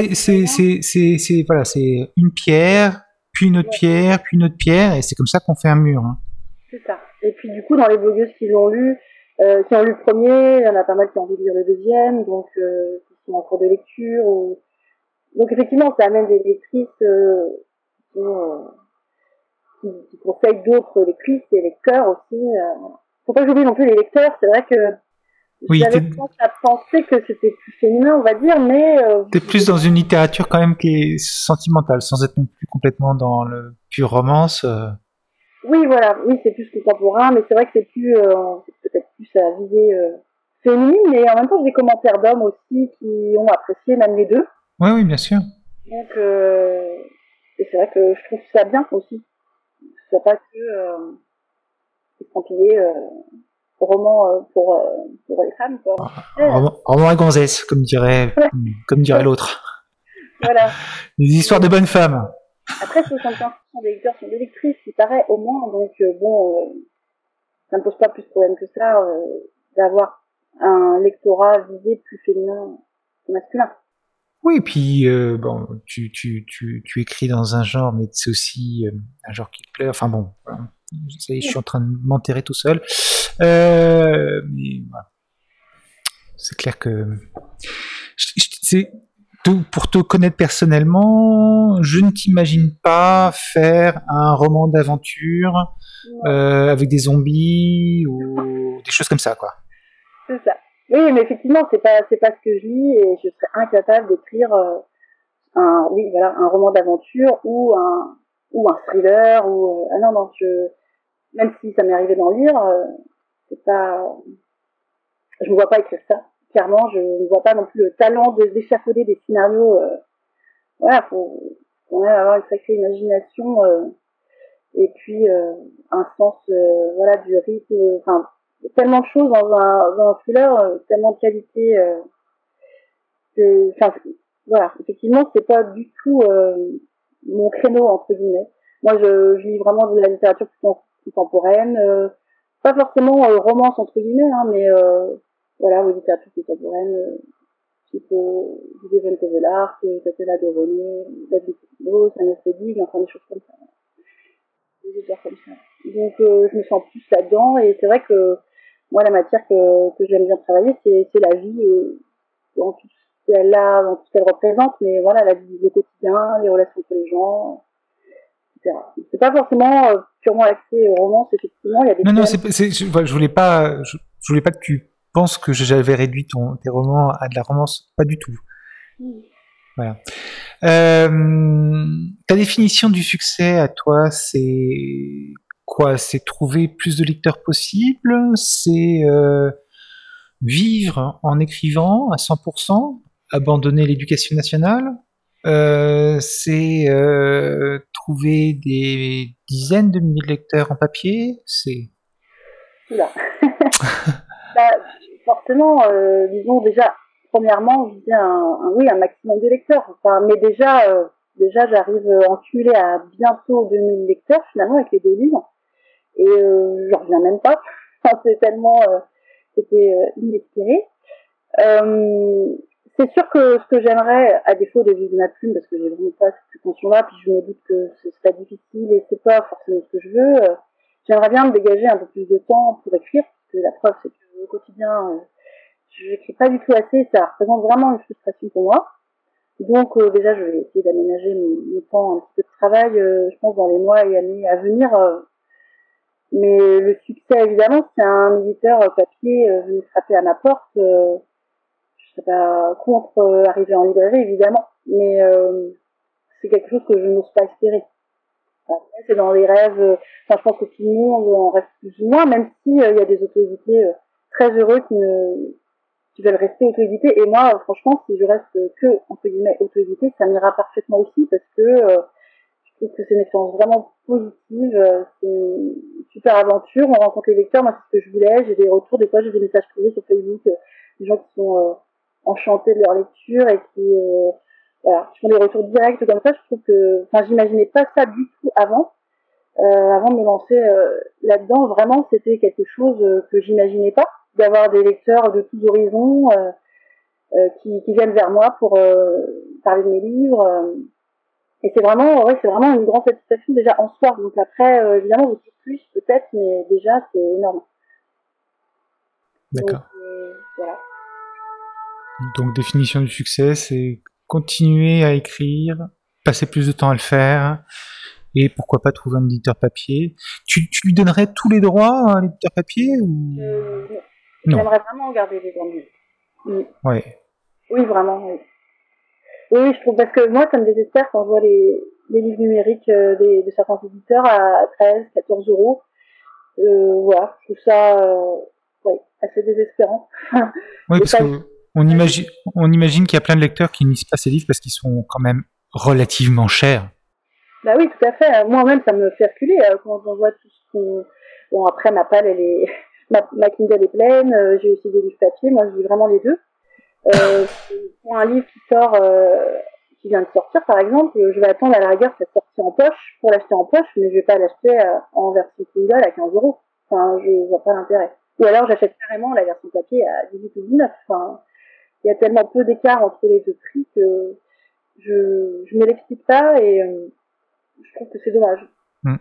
c'est une pierre, puis une autre pierre, puis une autre pierre, et c'est comme ça qu'on fait un mur. Hein. C'est ça. Et puis du coup, dans les blogueuses qui l'ont lu, qui ont lu le premier, il y en a pas mal qui ont envie de lire le deuxième, donc qui sont en cours de lecture. Donc effectivement, ça amène des lectrices qui conseillent d'autres lectrices et lecteurs aussi. Faut pas que j'oublie non plus les lecteurs. C'est vrai que j'avais tendance à penser que c'était plus féminin, on va dire, mais... T'es plus dans une littérature quand même qui est sentimentale, sans être non plus complètement dans le pur romance. Oui, voilà. Oui, c'est plus contemporain, mais c'est vrai que c'est peut-être plus à visée féminine, mais en même temps, j'ai des commentaires d'hommes aussi qui ont apprécié même les deux. Oui, bien sûr. Donc, et c'est vrai que je trouve ça bien aussi. Ce soit pas que estampillé roman pour les femmes, quoi. Roman à gonzesse, comme dirait l'autre. Voilà. Des histoires de bonnes femmes. Après, 75% des lecteurs sont des lectrices, il paraît, au moins. Donc, ça ne pose pas plus de problème que ça d'avoir un lectorat visé plus féminin que masculin. Oui, et puis tu écris dans un genre, mais c'est aussi un genre qui te plaît. Enfin bon, ça y est, je suis en train de m'enterrer tout seul. Mais voilà. c'est clair que pour te connaître personnellement, je ne t'imagine pas faire un roman d'aventure avec des zombies ou des choses comme ça, quoi. C'est ça. Oui, mais effectivement, c'est pas ce que je lis et je serais incapable d'écrire un roman d'aventure ou un thriller ou non, même si ça m'est arrivé d'en lire, c'est pas, je me vois pas écrire ça. Clairement, je ne vois pas non plus le talent d'échafauder des scénarios. Voilà, faut quand même avoir une sacrée imagination et puis un sens voilà du rythme. Enfin, tellement de choses dans un thriller, tellement de qualité que, enfin, voilà, effectivement, c'est pas du tout mon créneau entre guillemets. Moi, je lis vraiment de la littérature contemporaine, pas forcément romance entre guillemets, hein, mais voilà, littérature contemporaine, type Steven Kovelart, Tatiana de René, David Lowe, Samuel Sedig, enfin des choses comme ça. Des auteurs comme ça. Donc je me sens plus là-dedans et c'est vrai que moi la matière que j'aime bien travailler c'est la vie dans tout ce qu'elle a, dans tout ce qu'elle représente, mais voilà, la vie, le quotidien, les relations entre les gens, etc. C'est pas forcément purement axé romance, effectivement, il y a des Non, je voulais pas que tu penses que j'avais réduit tes romans à de la romance, pas du tout. Voilà. Ta définition du succès à toi, c'est quoi? C'est trouver plus de lecteurs possible? C'est vivre en écrivant à 100%? Abandonner l'éducation nationale? C'est trouver des dizaines de milliers de lecteurs en papier? C'est... Oula. Bah, forcément, disons déjà, premièrement, viser un maximum de lecteurs. Enfin, mais déjà j'arrive en cumulé à bientôt 2000 lecteurs, finalement, avec les 2 livres. Et je reviens même pas. Enfin, c'est tellement... c'était inespéré. C'est sûr que ce que j'aimerais, à défaut de vivre de ma plume, parce que j'ai vraiment pas cette prétention-là, puis je me doute que ce serait difficile et c'est pas forcément ce que je veux, j'aimerais bien me dégager un peu plus de temps pour écrire, parce que la preuve c'est que au quotidien, je n'écris pas du tout assez, ça représente vraiment une frustration pour moi. Donc déjà, je vais essayer d'aménager mon temps, un petit peu de travail, je pense, dans les mois et années à venir. Mais le succès, évidemment, si un éditeur papier venait frapper à ma porte, je serais pas contre arriver en librairie, évidemment, mais c'est quelque chose que je n'ose pas espérer. Après, c'est dans les rêves, je pense que tout le monde en rêve plus ou moins, même si il y a des auto-édités très heureux qui veulent rester auto-édités. Et moi, franchement, si je reste que, entre guillemets, auto-édité, ça m'ira parfaitement aussi, parce que je trouve que c'est une expérience vraiment positive, c'est une super aventure, on rencontre les lecteurs, moi c'est ce que je voulais, j'ai des retours, des fois j'ai des messages privés sur Facebook, des gens qui sont enchantés de leur lecture et qui voilà, font des retours directs comme ça. Je trouve que, enfin, j'imaginais pas ça du tout avant de me lancer là-dedans. Vraiment, c'était quelque chose que j'imaginais pas, d'avoir des lecteurs de tous horizons qui viennent vers moi pour parler de mes livres. Et c'est vraiment une grande satisfaction déjà en soi. Donc après, évidemment, vous dites plus peut-être, mais déjà c'est énorme. D'accord. Donc, voilà. Donc, définition du succès, c'est continuer à écrire, passer plus de temps à le faire, et pourquoi pas trouver un éditeur papier. Tu lui donnerais tous les droits à l'éditeur papier ou... Non. J'aimerais vraiment garder les droits de livre. Ouais. Oui, vraiment, oui. Oui, je trouve, parce que moi, ça me désespère quand je vois les livres numériques de certains éditeurs à 13, 14 euros. Voilà, je trouve ça assez désespérant. Oui, parce qu'on imagine qu'il y a plein de lecteurs qui ne lisent pas ces livres parce qu'ils sont quand même relativement chers. Bah oui, tout à fait. Moi-même, ça me fait reculer quand on voit tout ce qu'on... Bon, après, ma palle, elle est... ma Kindle est pleine, j'ai aussi des livres papier, moi je lis vraiment les deux. Pour un livre qui vient de sortir, par exemple, je vais attendre à la rigueur sa sortie en poche pour l'acheter en poche, mais je vais pas l'acheter en version Kindle à 15 euros. Enfin, je vois pas l'intérêt. Ou alors j'achète carrément la version papier à 18 ou 19. Enfin, il y a tellement peu d'écart entre les deux prix que je me l'explique pas et je trouve que c'est dommage.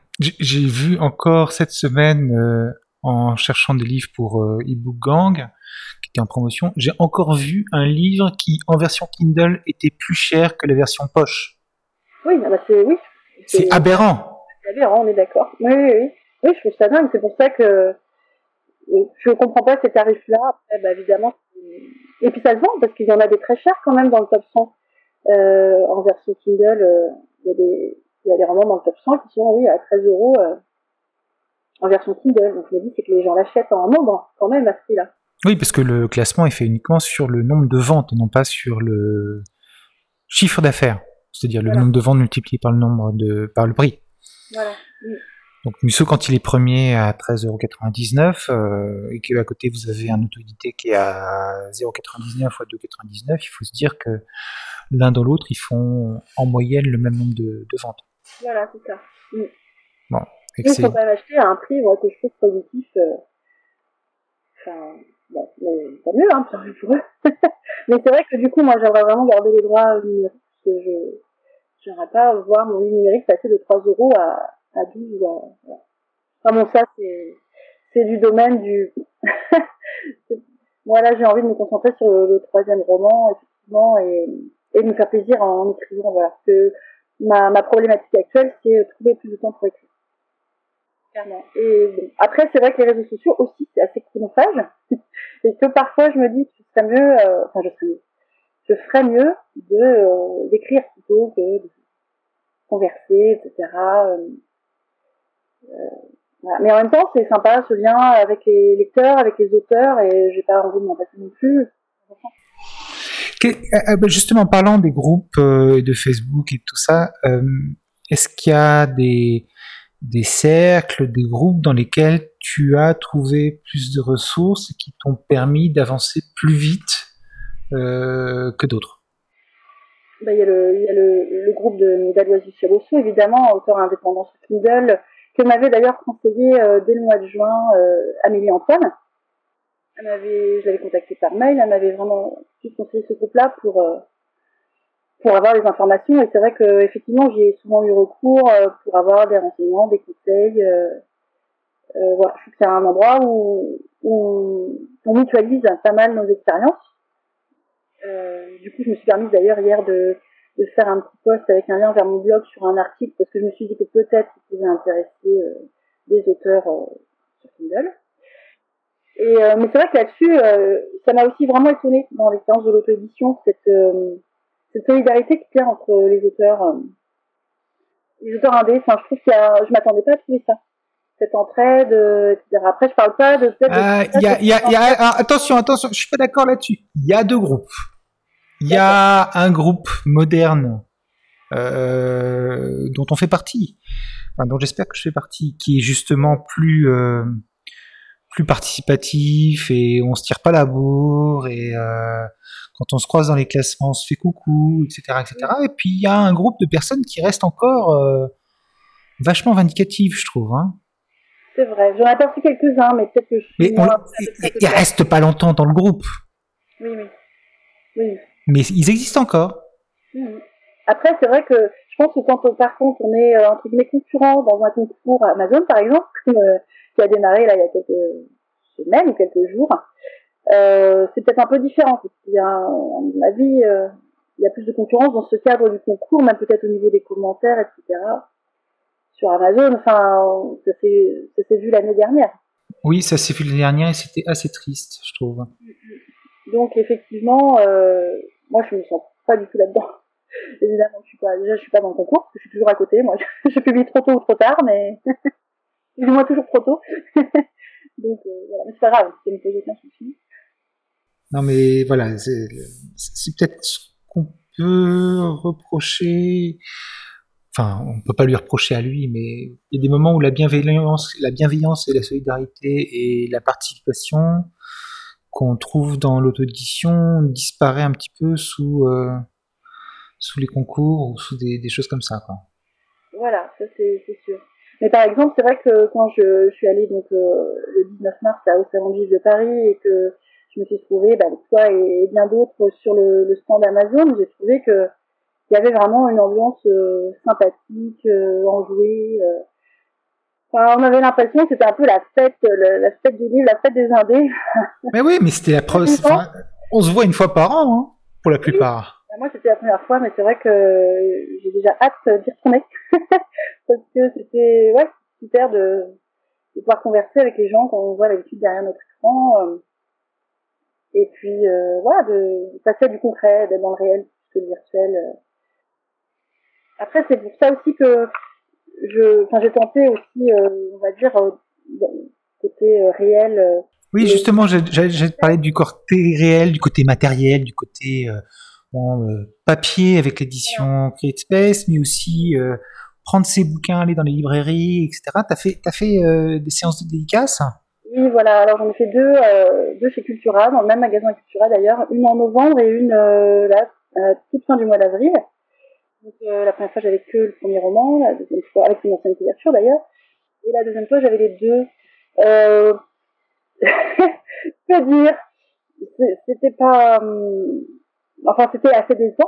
J'ai vu encore cette semaine, en cherchant des livres pour eBook Gang, qui était en promotion. J'ai encore vu un livre qui, en version Kindle, était plus cher que la version poche. Oui, C'est aberrant. C'est aberrant, on est d'accord. Oui, je trouve ça dingue. C'est pour ça que je comprends pas ces tarifs-là. Après, évidemment. Et puis ça se vend parce qu'il y en a des très chers quand même dans le top 100. En version Kindle, il y a des romans dans le top 100 qui sont, à 13 euros en version Kindle. Donc je me dis, c'est que les gens l'achètent en nombre quand même à ce prix-là. Oui, parce que le classement est fait uniquement sur le nombre de ventes et non pas sur le chiffre d'affaires. C'est-à-dire le nombre de ventes multiplié par le prix. Voilà. Donc Musso, quand il est premier à 13,99 € et qu'à côté vous avez un auto-édité qui est à 0,99 ou à 2,99, il faut se dire que l'un dans l'autre, ils font en moyenne le même nombre de ventes. Voilà, c'est ça. Bon, il faut quand même acheter à un prix que je trouve positif. Mais tant mieux, tant mieux pour eux. Mais c'est vrai que du coup, moi, j'aimerais vraiment garder les droits numériques parce que j'aimerais pas voir mon livre numérique passer de 3 € à 12 €. Enfin bon, ça, c'est du domaine du... Moi, là, j'ai envie de me concentrer sur le troisième roman, effectivement, et de me faire plaisir en écrivant, voilà. Parce que ma problématique actuelle, c'est trouver plus de temps pour écrire. Clairement. Et bon, après, c'est vrai que les réseaux sociaux aussi, c'est assez chronophage. Et que parfois, je me dis que je ferais mieux d'écrire plutôt que de converser, etc. Voilà. Mais en même temps, c'est sympa ce lien avec les lecteurs, avec les auteurs, et j'ai pas envie de m'en passer non plus. Justement, en parlant des groupes de Facebook et tout ça, est-ce qu'il y a des cercles, des groupes dans lesquels tu as trouvé plus de ressources et qui t'ont permis d'avancer plus vite que d'autres? Il y a le groupe d'Aloisy Chabosso, évidemment, auteur indépendant sur Kindle, que m'avait d'ailleurs conseillé dès le mois de juin Amélie Antoine. Je l'avais contactée par mail, elle m'avait vraiment conseillé ce groupe-là pour avoir des informations, et c'est vrai que effectivement j'y ai souvent eu recours pour avoir des renseignements, des conseils. Voilà, je trouve que c'est un endroit où on mutualise pas mal nos expériences. Du coup, je me suis permise d'ailleurs hier de faire un petit post avec un lien vers mon blog sur un article, parce que je me suis dit que peut-être ça pouvait intéresser des auteurs sur Kindle. Mais c'est vrai que là-dessus, ça m'a aussi vraiment étonnée dans l'expérience de l'auto-édition, cette solidarité qu'il y a entre les auteurs indés. Enfin, je trouve je m'attendais pas à trouver ça. Cette entraide, etc. Après, je parle pas de peut-être. Attention, je suis pas d'accord là-dessus. Il y a deux groupes. Il y a un groupe moderne dont on fait partie, enfin, dont j'espère que je fais partie, qui est justement plus participatif et on se tire pas la bourre et quand on se croise dans les classements, on se fait coucou, etc., etc. Et puis il y a un groupe de personnes qui restent encore vachement vindicatives, je trouve. Hein. C'est vrai, j'en ai aperçu quelques-uns, mais peut-être que ils restent pas longtemps dans le groupe. Oui. Mais ils existent encore. Après, c'est vrai que je pense que quand par contre on est entre guillemets concurrent dans un concours Amazon, par exemple, qui a démarré là il y a quelques semaines ou quelques jours, c'est peut-être un peu différent parce qu'il y a, à mon avis, il y a plus de concurrence dans ce cadre du concours, même peut-être au niveau des commentaires, etc. Sur Amazon, enfin, ça s'est vu l'année dernière. Oui, ça s'est vu l'année dernière et c'était assez triste, je trouve. Donc effectivement, moi je me sens pas du tout là-dedans. Évidemment, je suis pas dans le concours, parce que je suis toujours à côté. Moi, je publie trop tôt ou trop tard, mais moi toujours trop tôt. Donc voilà, mais c'est pas grave, c'est une pose aucun souci. Non, mais voilà, c'est peut-être ce qu'on peut reprocher. Enfin, on peut pas lui reprocher à lui, mais il y a des moments où la bienveillance et la solidarité et la participation qu'on trouve dans l'auto-édition disparaît un petit peu sous les concours ou sous des choses comme ça, quoi. Voilà, ça c'est sûr. Mais par exemple, c'est vrai que quand je suis allée donc le 19 mars au Salon du Livre de Paris et que je me suis trouvée avec toi et bien d'autres sur le stand Amazon, j'ai trouvé que il y avait vraiment une ambiance sympathique, enjouée. Enfin, on avait l'impression que c'était un peu la fête, la fête du livre, la fête des Indés. Mais oui, mais c'était la preuve. Enfin, on se voit une fois par an, hein, pour la plupart. Moi, c'était la première fois, mais c'est vrai que j'ai déjà hâte d'y retourner. Parce que c'était super de pouvoir converser avec les gens qu'on voit d'habitude derrière notre écran. Et puis, de passer du concret, d'être dans le réel plus que le virtuel. Après, c'est pour ça aussi que j'ai tenté aussi, on va dire, côté réel. Oui, justement, j'ai parlé du côté réel, du côté matériel, du côté papier avec l'édition CreateSpace, mais aussi prendre ses bouquins, aller dans les librairies, etc. T'as fait des séances de dédicaces? Oui, voilà. Alors j'en ai fait deux chez Cultura, dans le même magasin Cultura d'ailleurs, une en novembre et une là, toute fin du mois d'avril. Donc la première fois j'avais que le premier roman, la deuxième fois avec une ancienne couverture d'ailleurs, et la deuxième fois j'avais les deux. Je peux dire, c'était pas, enfin c'était assez décent.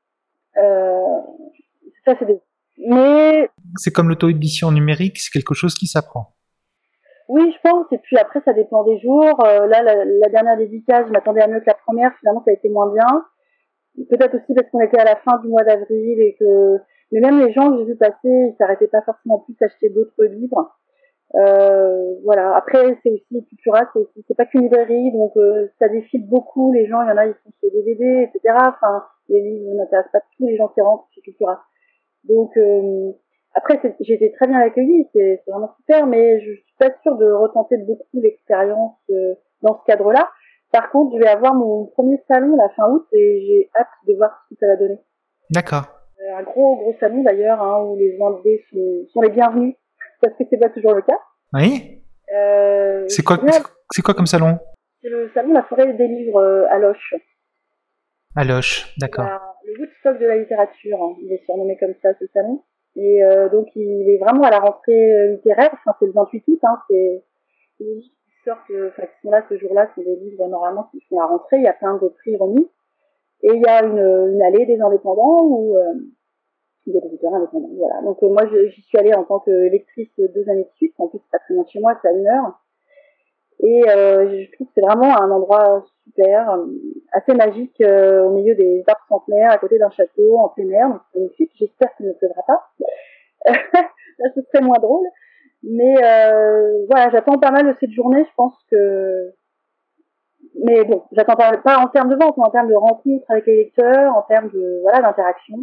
Ça c'est décent. Mais c'est comme l'auto-édition numérique, c'est quelque chose qui s'apprend. Oui, je pense. Et puis après, ça dépend des jours. Là, la dernière dédicace, je m'attendais à mieux que la première. Finalement, ça a été moins bien. Peut-être aussi parce qu'on était à la fin du mois d'avril et que, mais même les gens que j'ai vu passer, ils s'arrêtaient pas forcément plus d'acheter d'autres livres. Voilà. Après, c'est aussi Cultura, c'est pas qu'une librairie, donc ça défile beaucoup. Les gens, il y en a, ils font des DVD, etc. Enfin, les livres n'intéressent pas tous les gens qui rentrent chez Cultura. Donc après, j'ai été très bien accueillie, c'est vraiment super, mais je suis pas sûre de retenter beaucoup l'expérience dans ce cadre-là. Par contre, je vais avoir mon premier salon la fin août et j'ai hâte de voir ce que ça va donner. D'accord. Un gros salon d'ailleurs, hein, où les Vendées sont les bienvenus, parce que c'est pas toujours le cas. Oui. C'est quoi comme salon? C'est le salon La Forêt des Livres à Loches. À Loches, d'accord. Le Woodstock de la littérature, hein, il est surnommé comme ça ce salon. Et donc il est vraiment à la rentrée littéraire, enfin c'est le 28 août, hein, c'est les livres qui sortent, qui sont là ce jour-là, c'est des livres normalement qui font la rentrée, il y a plein de prix remis. Et il y a une allée des indépendants où il y a des auteurs indépendants, voilà. Donc moi j'y suis allée en tant que lectrice 2 années de suite, en plus c'est pas très loin de chez moi, c'est à 1 heure. Et je trouve que c'est vraiment un endroit super, assez magique, au milieu des arbres centenaires, à côté d'un château, en plein air. Donc c'est magnifique. J'espère qu'il ne pleuvra pas. Là, ce serait moins drôle. Mais voilà, j'attends pas mal de cette journée. Je pense que... Mais bon, j'attends pas en termes de vente, mais en termes de rencontres avec les lecteurs, en termes de d'interaction.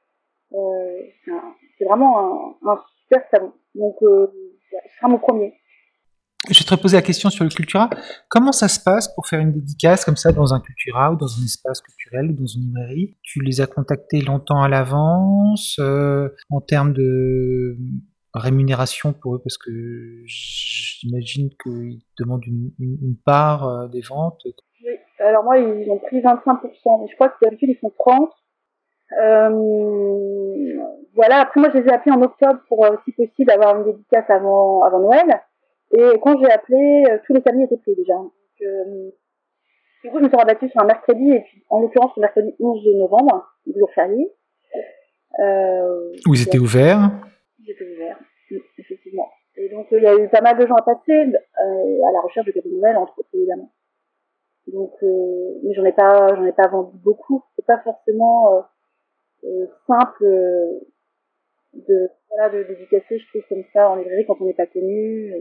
C'est vraiment un super salon. Donc, ce sera mon premier. Je vais te reposer la question sur le Cultura. Comment ça se passe pour faire une dédicace comme ça dans un Cultura ou dans un espace culturel ou dans une librairie? Tu les as contactés longtemps à l'avance en termes de rémunération pour eux, parce que j'imagine qu'ils demandent une part des ventes. Oui, alors moi, ils ont pris 25%, mais je crois que d'habitude, ils font 30%. Voilà, après moi, je les ai appelés en octobre pour, si possible, avoir une dédicace avant Noël. Et quand j'ai appelé, tous les samedis étaient pris déjà. Donc, du coup, je me suis rabattue sur un mercredi, et puis en l'occurrence le mercredi 11 novembre, le jour férié. Où ils étaient ouverts. Ils étaient ouverts, effectivement. Et donc il y a eu pas mal de gens à passer, à la recherche de cadeaux de Noël, entre autres évidemment. Donc, mais j'en ai pas vendu beaucoup. C'est pas forcément simple de dédicacer, je trouve, comme ça en librairie quand on n'est pas connu.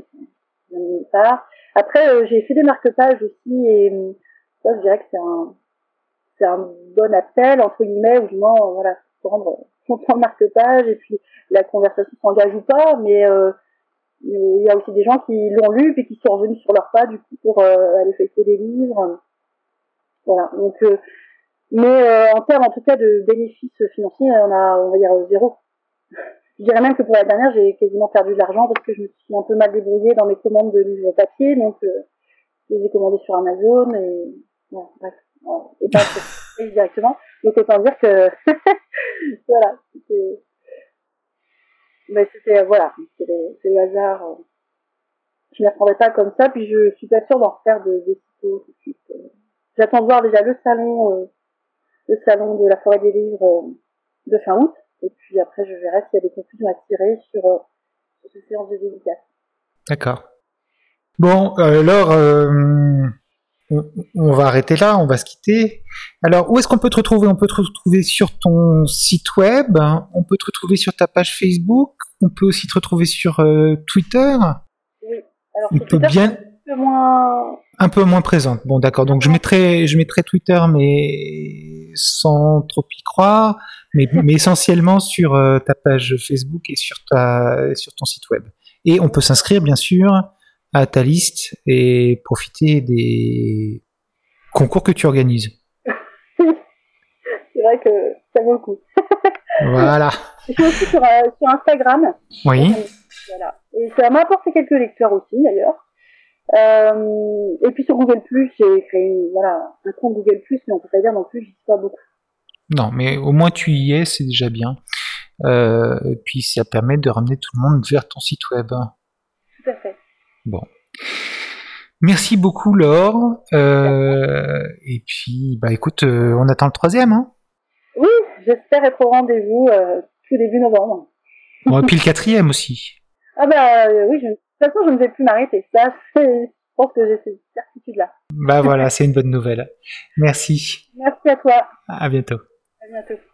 Après, j'ai fait des marque-pages aussi, et ça, je dirais que c'est un bon appel, entre guillemets, ou du moins, voilà, prendre son temps de marque-page, et puis la conversation s'engage ou pas, mais il y a aussi des gens qui l'ont lu, et qui sont revenus sur leur pas, du coup, pour aller feuilleter des livres. Voilà, donc, mais en termes, en tout cas, de bénéfices financiers, on va dire, zéro. Je dirais même que pour la dernière, j'ai quasiment perdu de l'argent parce que je me suis un peu mal débrouillée dans mes commandes de livres papier, donc je les ai commandés sur Amazon et voilà, bref, et pas directement. Donc autant dire que voilà, c'était voilà, c'est le hasard. Je ne m'y attendais pas comme ça, puis je suis pas sûre d'en refaire de sitôt tout de suite. J'attends de voir déjà le salon de la Forêt des Livres de fin août. Et puis après, je verrai s'il y a des conclusions à tirer ces séances de dédicace. D'accord. Bon, alors, on va arrêter là, on va se quitter. Alors, où est-ce qu'on peut te retrouver? On peut te retrouver sur ton site web, on peut te retrouver sur ta page Facebook, on peut aussi te retrouver sur Twitter. Oui, alors On sur peut Twitter, bien... c'est un peu moins... Un peu moins présente. Bon, d'accord. Donc, je mettrai Twitter, mais sans trop y croire, mais essentiellement sur ta page Facebook et sur ton site web. Et on peut s'inscrire, bien sûr, à ta liste et profiter des concours que tu organises. C'est vrai que ça vaut le coup. Voilà. Je suis aussi sur Instagram. Oui. Voilà. Et ça m'a apporté quelques lecteurs aussi, d'ailleurs. Et puis sur Google+, j'ai créé un compte Google+, mais on peut pas dire non plus, j'y suis pas beaucoup. Non, mais au moins tu y es, c'est déjà bien. Et puis ça permet de ramener tout le monde vers ton site web. Tout à fait. Bon. Merci beaucoup Laure. Et puis, bah écoute, on attend le 3e. Hein. Oui, j'espère être au rendez-vous tout début novembre. Bon, et puis le 4e aussi. Ah bah oui, de toute façon je ne vais plus m'arrêter. Ça, je pense que j'ai cette certitude-là. Bah voilà, c'est une bonne nouvelle. Merci. Merci à toi. À bientôt. À bientôt.